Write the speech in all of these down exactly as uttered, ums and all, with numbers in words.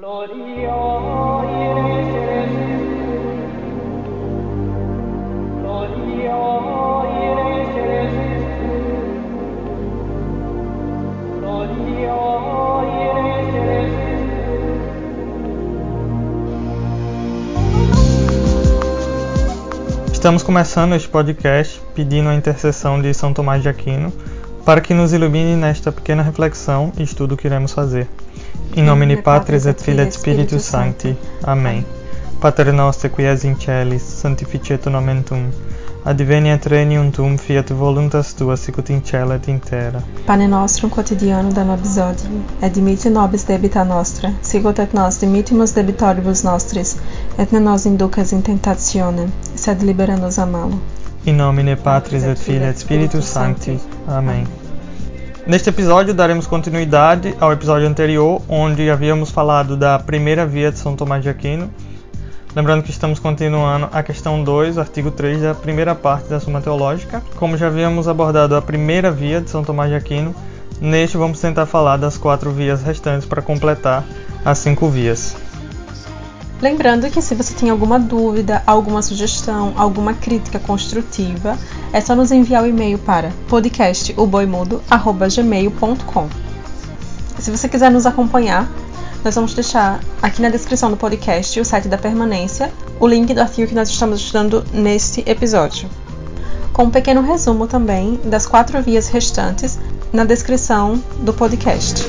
Gloria in excelsis, Gloria in excelsis, Gloria in excelsis. Estamos começando este podcast pedindo a intercessão de São Tomás de Aquino para que nos ilumine nesta pequena reflexão e estudo que iremos fazer. In nomine Patris et Filii et Spiritus Sancti. Amém. Pater noster qui es in celis, sanctificetur nomen tuum. Adveniat regnum tuum, fiat voluntas tua, sicut in cielo et in terra. Pane nostrum quotidianum da nobis hodie, et dimitte nobis debita nostra, sicut et nos dimittimus debitoribus nostris, et ne nos inducas in tentationem, sed libera nos a malo. In nomine Patris et Filii et Spiritus Sancti. Amém. Neste episódio daremos continuidade ao episódio anterior, onde havíamos falado da primeira via de São Tomás de Aquino. Lembrando que estamos continuando a questão dois, artigo três da primeira parte da Suma Teológica. Como já havíamos abordado a primeira via de São Tomás de Aquino, neste vamos tentar falar das quatro vias restantes para completar as cinco vias. Lembrando que se você tem alguma dúvida, alguma sugestão, alguma crítica construtiva, é só nos enviar o e-mail para podcast o boi mudo arroba gmail ponto com. Se você quiser nos acompanhar, nós vamos deixar aqui na descrição do podcast o site da permanência, o link do artigo que nós estamos estudando neste episódio, com um pequeno resumo também das quatro vias restantes na descrição do podcast.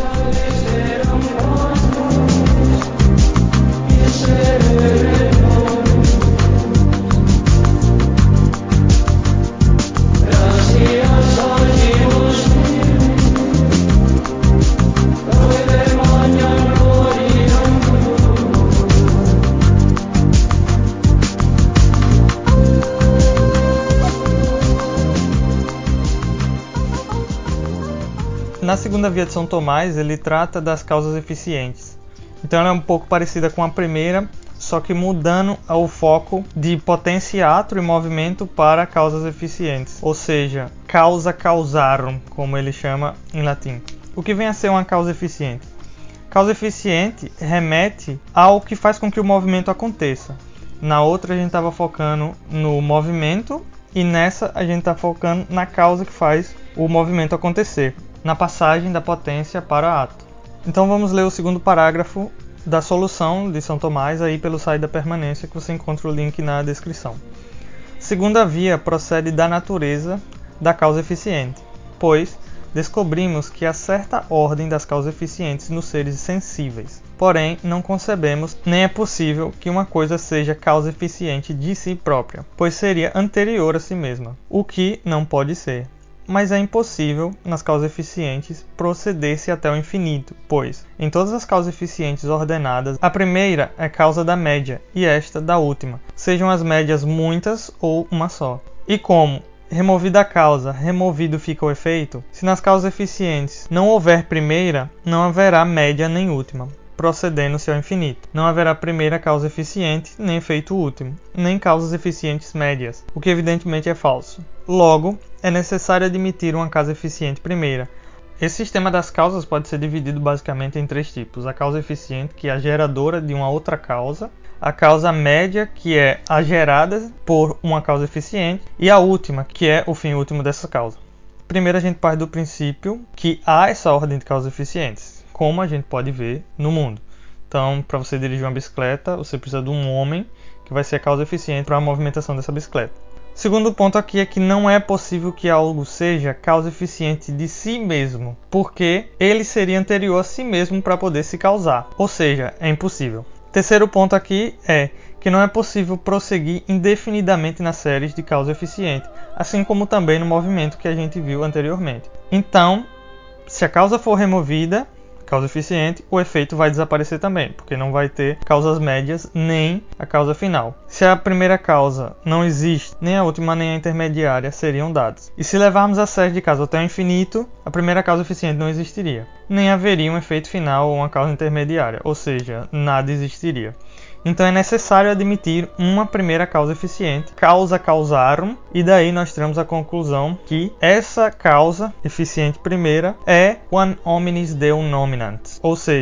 Na segunda via de São Tomás, ele trata das causas eficientes. Então ela é um pouco parecida com a primeira, só que mudando o foco de potenciatro e movimento para causas eficientes. Ou seja, causa causarum, como ele chama em latim. O que vem a ser uma causa eficiente? Causa eficiente remete ao que faz com que o movimento aconteça. Na outra a gente estava focando no movimento e nessa a gente está focando na causa que faz o movimento acontecer, na passagem da potência para ato. Então vamos ler o segundo parágrafo da solução de São Tomás aí pelo site da permanência, que você encontra o link na descrição. Segunda via procede da natureza da causa eficiente, pois descobrimos que há certa ordem das causas eficientes nos seres sensíveis. Porém, não concebemos nem é possível que uma coisa seja causa eficiente de si própria, pois seria anterior a si mesma, o que não pode ser. Mas é impossível, nas causas eficientes, proceder-se até o infinito, pois, em todas as causas eficientes ordenadas, a primeira é causa da média e esta da última, sejam as médias muitas ou uma só. E como, removida a causa, removido fica o efeito, se nas causas eficientes não houver primeira, não haverá média nem última, procedendo-se ao infinito. Não haverá primeira causa eficiente, nem efeito último, nem causas eficientes médias, o que evidentemente é falso. Logo, é necessário admitir uma causa eficiente primeira. Esse sistema das causas pode ser dividido basicamente em três tipos. A causa eficiente, que é a geradora de uma outra causa. A causa média, que é a gerada por uma causa eficiente. E a última, que é o fim último dessa causa. Primeiro a gente parte do princípio que há essa ordem de causas eficientes, como a gente pode ver no mundo. Então, para você dirigir uma bicicleta, você precisa de um homem que vai ser a causa eficiente para a movimentação dessa bicicleta. O segundo ponto aqui é que não é possível que algo seja causa eficiente de si mesmo, porque ele seria anterior a si mesmo para poder se causar, ou seja, é impossível. Terceiro ponto aqui é que não é possível prosseguir indefinidamente nas séries de causa eficiente, assim como também no movimento que a gente viu anteriormente. Então, se a causa for removida, causa eficiente, o efeito vai desaparecer também, porque não vai ter causas médias nem a causa final. Se a primeira causa não existe, nem a última nem a intermediária seriam dados. E se levarmos a série de causas até o infinito, a primeira causa eficiente não existiria, nem haveria um efeito final ou uma causa intermediária, ou seja, nada existiria. Então é necessário admitir uma primeira causa eficiente, causa causarum, e daí nós tiramos a conclusão que essa causa eficiente primeira é one hominis deum nominant, ou seja,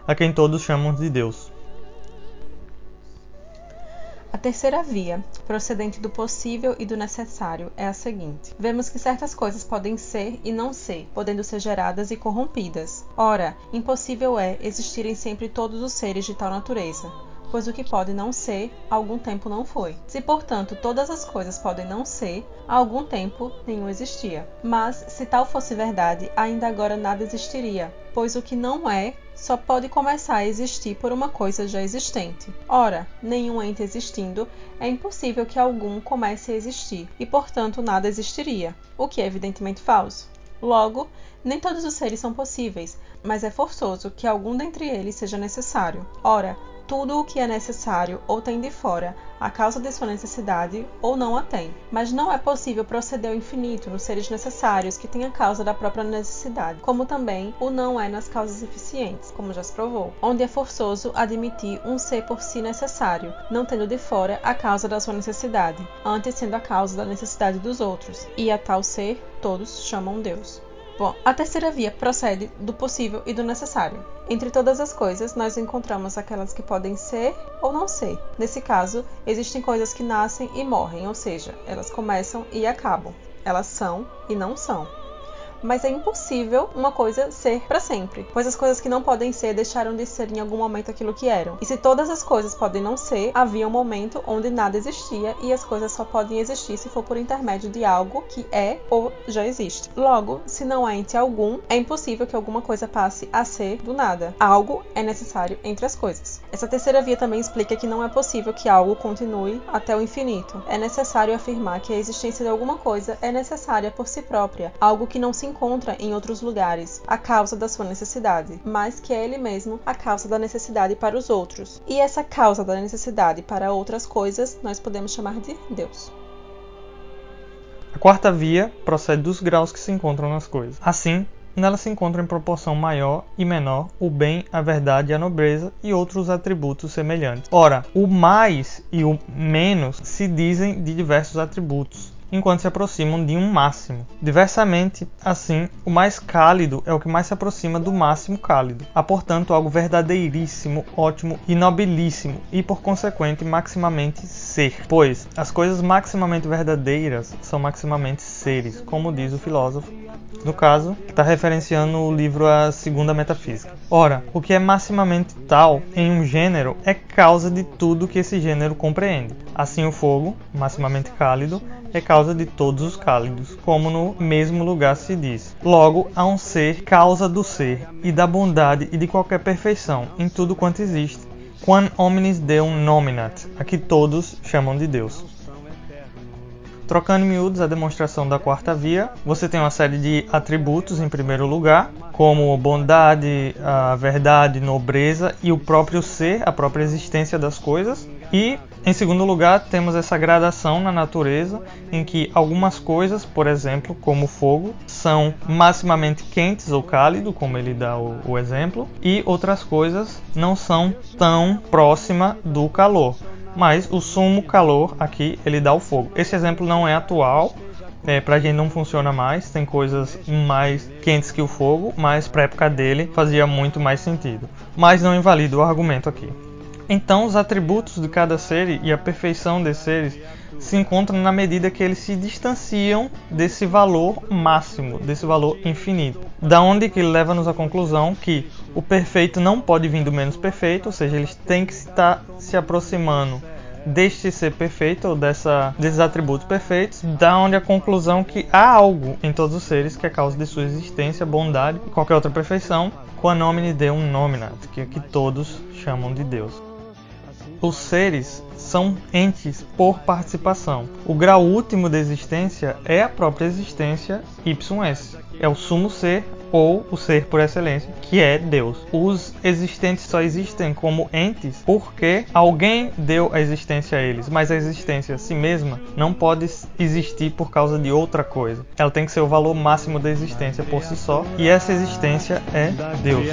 a quem todos chamam de Deus. A terceira via, procedente do possível e do necessário, é a seguinte. Vemos que certas coisas podem ser e não ser, podendo ser geradas e corrompidas. Ora, impossível é existirem sempre todos os seres de tal natureza, pois o que pode não ser, há algum tempo não foi. Se, portanto, todas as coisas podem não ser, há algum tempo nenhum existia. Mas, se tal fosse verdade, ainda agora nada existiria, pois o que não é, só pode começar a existir por uma coisa já existente. Ora, nenhum ente existindo, é impossível que algum comece a existir, e portanto nada existiria, o que é evidentemente falso. Logo, nem todos os seres são possíveis, mas é forçoso que algum dentre eles seja necessário. Ora, tudo o que é necessário ou tem de fora a causa de sua necessidade ou não a tem. Mas não é possível proceder ao infinito nos seres necessários que têm a causa da própria necessidade, como também o não é nas causas eficientes, como já se provou, onde é forçoso admitir um ser por si necessário, não tendo de fora a causa da sua necessidade, antes sendo a causa da necessidade dos outros, e a tal ser todos chamam Deus. Bom, a terceira via procede do possível e do necessário. Entre todas as coisas, nós encontramos aquelas que podem ser ou não ser. Nesse caso, existem coisas que nascem e morrem, ou seja, elas começam e acabam. Elas são e não são. Mas é impossível uma coisa ser para sempre, pois as coisas que não podem ser deixaram de ser em algum momento aquilo que eram. E se todas as coisas podem não ser, havia um momento onde nada existia e as coisas só podem existir se for por intermédio de algo que é ou já existe. Logo, se não há ente algum, é impossível que alguma coisa passe a ser do nada. Algo é necessário entre as coisas. Essa terceira via também explica que não é possível que algo continue até o infinito. É necessário afirmar que a existência de alguma coisa é necessária por si própria, algo que não se encontra em outros lugares, a causa da sua necessidade, mas que é ele mesmo a causa da necessidade para os outros. E essa causa da necessidade para outras coisas nós podemos chamar de Deus. A quarta via procede dos graus que se encontram nas coisas. Assim, nela se encontram em proporção maior e menor o bem, a verdade e a nobreza e outros atributos semelhantes. Ora, o mais e o menos se dizem de diversos atributos, enquanto se aproximam de um máximo. Diversamente, assim, o mais cálido é o que mais se aproxima do máximo cálido. Há, portanto, algo verdadeiríssimo, ótimo e nobilíssimo, e, por consequente, maximamente ser. Pois, as coisas maximamente verdadeiras são maximamente seres, como diz o filósofo, no caso, que está referenciando o livro A Segunda Metafísica. Ora, o que é maximamente tal em um gênero é causa de tudo que esse gênero compreende. Assim, o fogo, maximamente cálido, é causa de todos os cálidos, como no mesmo lugar se diz. Logo, há um ser causa do ser, e da bondade e de qualquer perfeição, em tudo quanto existe. Quam omnis Deum nominat, a que todos chamam de Deus. Trocando em miúdos a demonstração da quarta via, você tem uma série de atributos em primeiro lugar, como bondade, a verdade, nobreza e o próprio ser, a própria existência das coisas. E, em segundo lugar, temos essa gradação na natureza, em que algumas coisas, por exemplo, como o fogo, são maximamente quentes ou cálidos, como ele dá o, o exemplo, e outras coisas não são tão próximas do calor. Mas o sumo calor aqui ele dá o fogo. Esse exemplo não é atual, é, pra gente não funciona mais, tem coisas mais quentes que o fogo, mas pra época dele fazia muito mais sentido. Mas não invalida o argumento aqui. Então os atributos de cada ser e a perfeição desses seres se encontram na medida que eles se distanciam desse valor máximo, desse valor infinito. Da onde que ele leva-nos à conclusão que o perfeito não pode vir do menos perfeito, ou seja, eles têm que estar se aproximando deste ser perfeito, ou dessa, desses atributos perfeitos, da onde a conclusão que há algo em todos os seres que é causa de sua existência, bondade e qualquer outra perfeição, quam nomine Deum nominat, que, que todos chamam de Deus. Os seres são entes por participação. O grau último da existência é a própria existência Y S. É o sumo ser ou o ser por excelência, que é Deus. Os existentes só existem como entes porque alguém deu a existência a eles, mas a existência a si mesma não pode existir por causa de outra coisa. Ela tem que ser o valor máximo da existência por si só, e essa existência é Deus.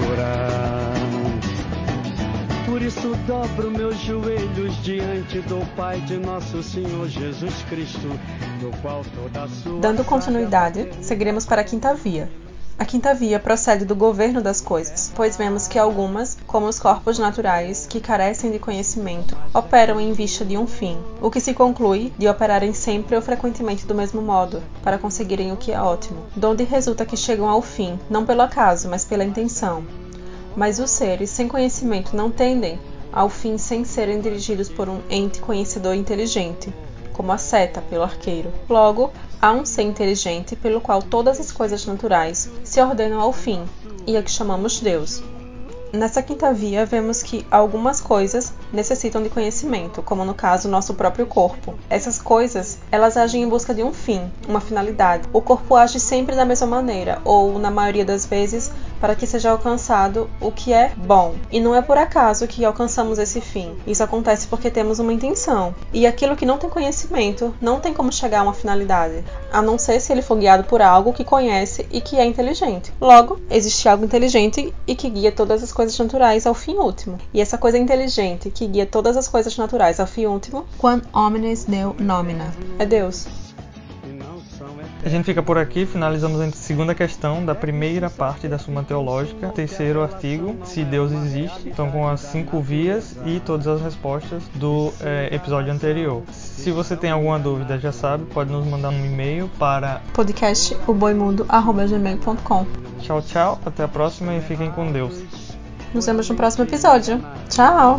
Por isso dobro meus joelhos diante do Pai de nosso Senhor Jesus Cristo, do qual toda a sua... Dando continuidade, seguiremos para a quinta via. A quinta via procede do governo das coisas, pois vemos que algumas, como os corpos naturais, que carecem de conhecimento, operam em vista de um fim, o que se conclui de operarem sempre ou frequentemente do mesmo modo, para conseguirem o que é ótimo, donde resulta que chegam ao fim, não pelo acaso, mas pela intenção. Mas os seres sem conhecimento não tendem ao fim sem serem dirigidos por um ente conhecedor inteligente, como a seta pelo arqueiro. Logo, há um ser inteligente pelo qual todas as coisas naturais se ordenam ao fim, e a que chamamos Deus. Nessa quinta via, vemos que algumas coisas necessitam de conhecimento, como no caso nosso próprio corpo. Essas coisas, elas agem em busca de um fim, uma finalidade. O corpo age sempre da mesma maneira, ou, na maioria das vezes, para que seja alcançado o que é bom. E não é por acaso que alcançamos esse fim. Isso acontece porque temos uma intenção. E aquilo que não tem conhecimento não tem como chegar a uma finalidade, a não ser se ele for guiado por algo que conhece e que é inteligente. Logo, existe algo inteligente e que guia todas as coisas naturais ao fim último. E essa coisa inteligente que guia todas as coisas naturais ao fim último, quam omnes Deo nomina, é Deus. A gente fica por aqui, finalizamos a segunda questão da primeira parte da Suma Teológica, terceiro artigo, se Deus existe, então com as cinco vias e todas as respostas do é, episódio anterior. Se você tem alguma dúvida, já sabe, pode nos mandar um e-mail para podcast o boi mundo arroba gmail ponto com. Tchau, tchau, até a próxima e fiquem com Deus. Nos vemos no próximo episódio. Tchau!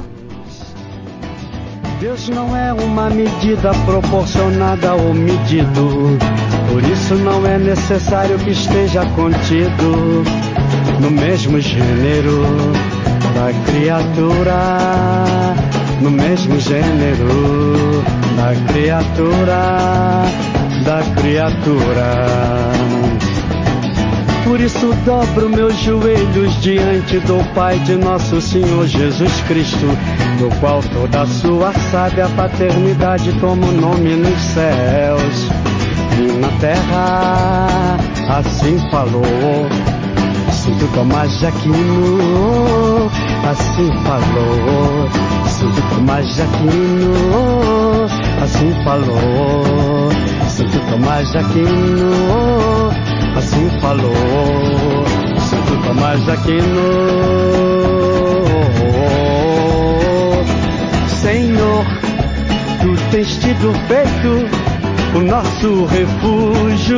Deus não é uma medida proporcionada ao medido, por isso não é necessário que esteja contido no mesmo gênero da criatura, no mesmo gênero da criatura, da criatura. Por isso dobro meus joelhos diante do Pai de nosso Senhor Jesus Cristo, do qual toda a sua sábia paternidade toma o nome nos céus e na terra. Assim falou Santo Tomás de Aquino, assim falou Santo Tomás de Aquino, assim falou Santo Tomás de Aquino, assim falou Santo Tomás de Aquino. Senhor, tu tens tido feito o nosso refúgio.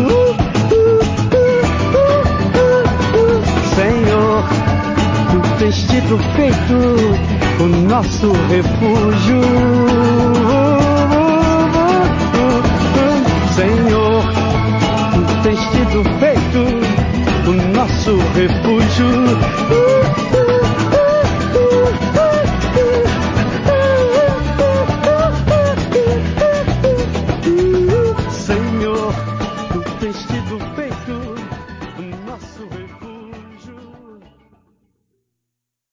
Senhor, tu tens tido feito o nosso refúgio.